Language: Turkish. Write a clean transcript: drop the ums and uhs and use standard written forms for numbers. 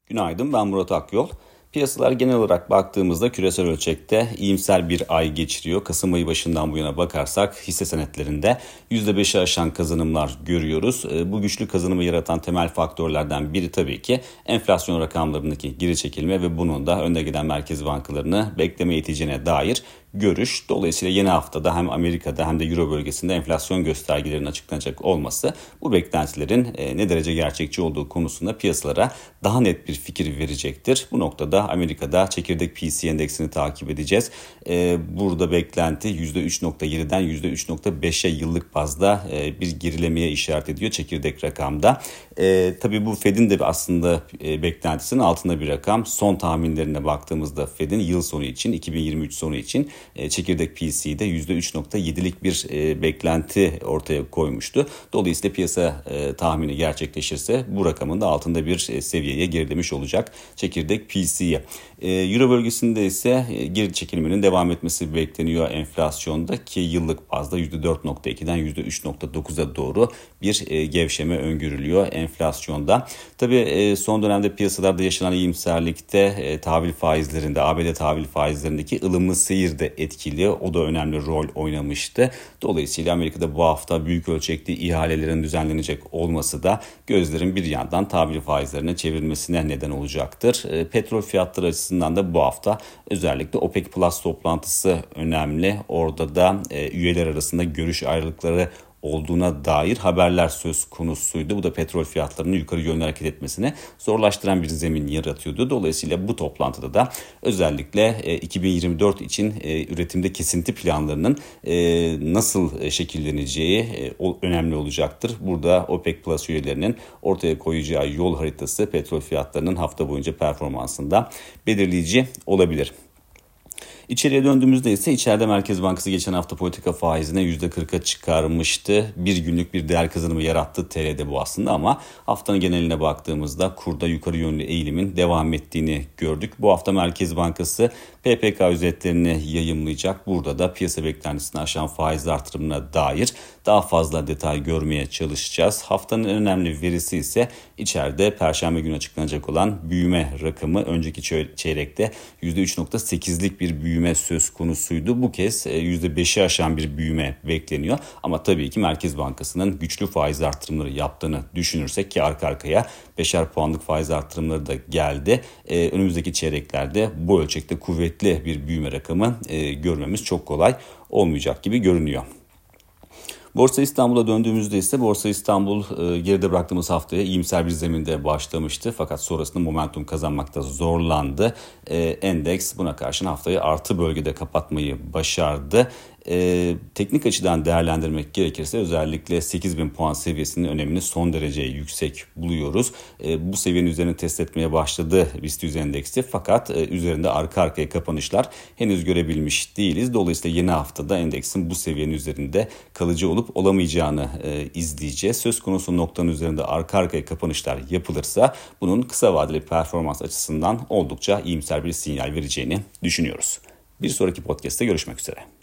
Günaydın, ben Murat Akyol. Piyasalar genel olarak baktığımızda küresel ölçekte iyimser bir ay geçiriyor. Kasım ayı başından bu yana bakarsak hisse senetlerinde %5'i aşan kazanımlar görüyoruz. Bu güçlü kazanımı yaratan temel faktörlerden biri tabii ki enflasyon rakamlarındaki geri çekilme ve bunun da önde gelen merkez bankalarını bekleme iteceğine dair görüş. Dolayısıyla yeni haftada hem Amerika'da hem de Euro bölgesinde enflasyon göstergelerinin açıklanacak olması bu beklentilerin ne derece gerçekçi olduğu konusunda piyasalara daha net bir fikir verecektir. Bu noktada Amerika'da çekirdek PCE endeksini takip edeceğiz. Burada beklenti %3.7'den %3.5'e yıllık bazda bir gerilemeye işaret ediyor çekirdek rakamda. Tabii bu Fed'in de aslında beklentisinin altında bir rakam. Son tahminlerine baktığımızda Fed'in yıl sonu için 2023 sonu için çekirdek PC'de %3.7'lik bir beklenti ortaya koymuştu. Dolayısıyla piyasa tahmini gerçekleşirse bu rakamın da altında bir seviyeye gerilemiş olacak çekirdek PC'ye. Euro bölgesinde ise geri çekilmenin devam etmesi bekleniyor enflasyonda ki yıllık bazda %4.2'den %3.9'a doğru bir gevşeme öngörülüyor enflasyonda. Tabii son dönemde piyasalarda yaşanan iyimserlikte tahvil faizlerinde, ABD tahvil faizlerindeki ılımlı seyir de etkili. O da önemli rol oynamıştı. Dolayısıyla Amerika'da bu hafta büyük ölçekli ihalelerin düzenlenecek olması da gözlerin bir yandan tahvil faizlerine çevrilmesine neden olacaktır. Petrol fiyatları açısından da bu hafta özellikle OPEC Plus toplantısı önemli. Orada da üyeler arasında görüş ayrılıkları olduğuna dair haberler söz konusuydu. Bu da petrol fiyatlarının yukarı yönlü hareket etmesine zorlaştıran bir zemin yaratıyordu. Dolayısıyla bu toplantıda da özellikle 2024 için üretimde kesinti planlarının nasıl şekilleneceği önemli olacaktır. Burada OPEC Plus üyelerinin ortaya koyacağı yol haritası petrol fiyatlarının hafta boyunca performansında belirleyici olabilir. İçeriye döndüğümüzde ise içeride Merkez Bankası geçen hafta politika faizine %40'a çıkarmıştı. Bir günlük bir değer kazanımı yarattı TL'de bu aslında ama haftanın geneline baktığımızda kurda yukarı yönlü eğilimin devam ettiğini gördük. Bu hafta Merkez Bankası PPK ücretlerini yayımlayacak. Burada da piyasa beklentisini aşan faiz artırımına dair daha fazla detay görmeye çalışacağız. Haftanın en önemli verisi ise içeride Perşembe günü açıklanacak olan büyüme rakamı. Önceki çeyrekte %3.8'lik bir büyüme söz konusuydu. Bu kez %5'i aşan bir büyüme bekleniyor. Ama tabii ki Merkez Bankası'nın güçlü faiz artırımları yaptığını düşünürsek ki arka arkaya 5'er puanlık faiz artırımları da geldi. Önümüzdeki çeyreklerde bu ölçekte kuvvetli bir büyüme rakamı görmemiz çok kolay olmayacak gibi görünüyor. Borsa İstanbul'a döndüğümüzde ise Borsa İstanbul geride bıraktığımız haftaya iyimser bir zeminde başlamıştı. Fakat sonrasında momentum kazanmakta zorlandı. Endeks buna karşın haftayı artı bölgede kapatmayı başardı. Teknik açıdan değerlendirmek gerekirse özellikle 8.000 puan seviyesinin önemini son derece yüksek buluyoruz. Bu seviyenin üzerine test etmeye başladı BIST 100 endeksi fakat üzerinde arka arkaya kapanışlar henüz görebilmiş değiliz. Dolayısıyla yeni haftada endeksin bu seviyenin üzerinde kalıcı olup olamayacağını izleyeceğiz. Söz konusu noktanın üzerinde arka arkaya kapanışlar yapılırsa bunun kısa vadeli performans açısından oldukça iyimser bir sinyal vereceğini düşünüyoruz. Bir sonraki podcast'te görüşmek üzere.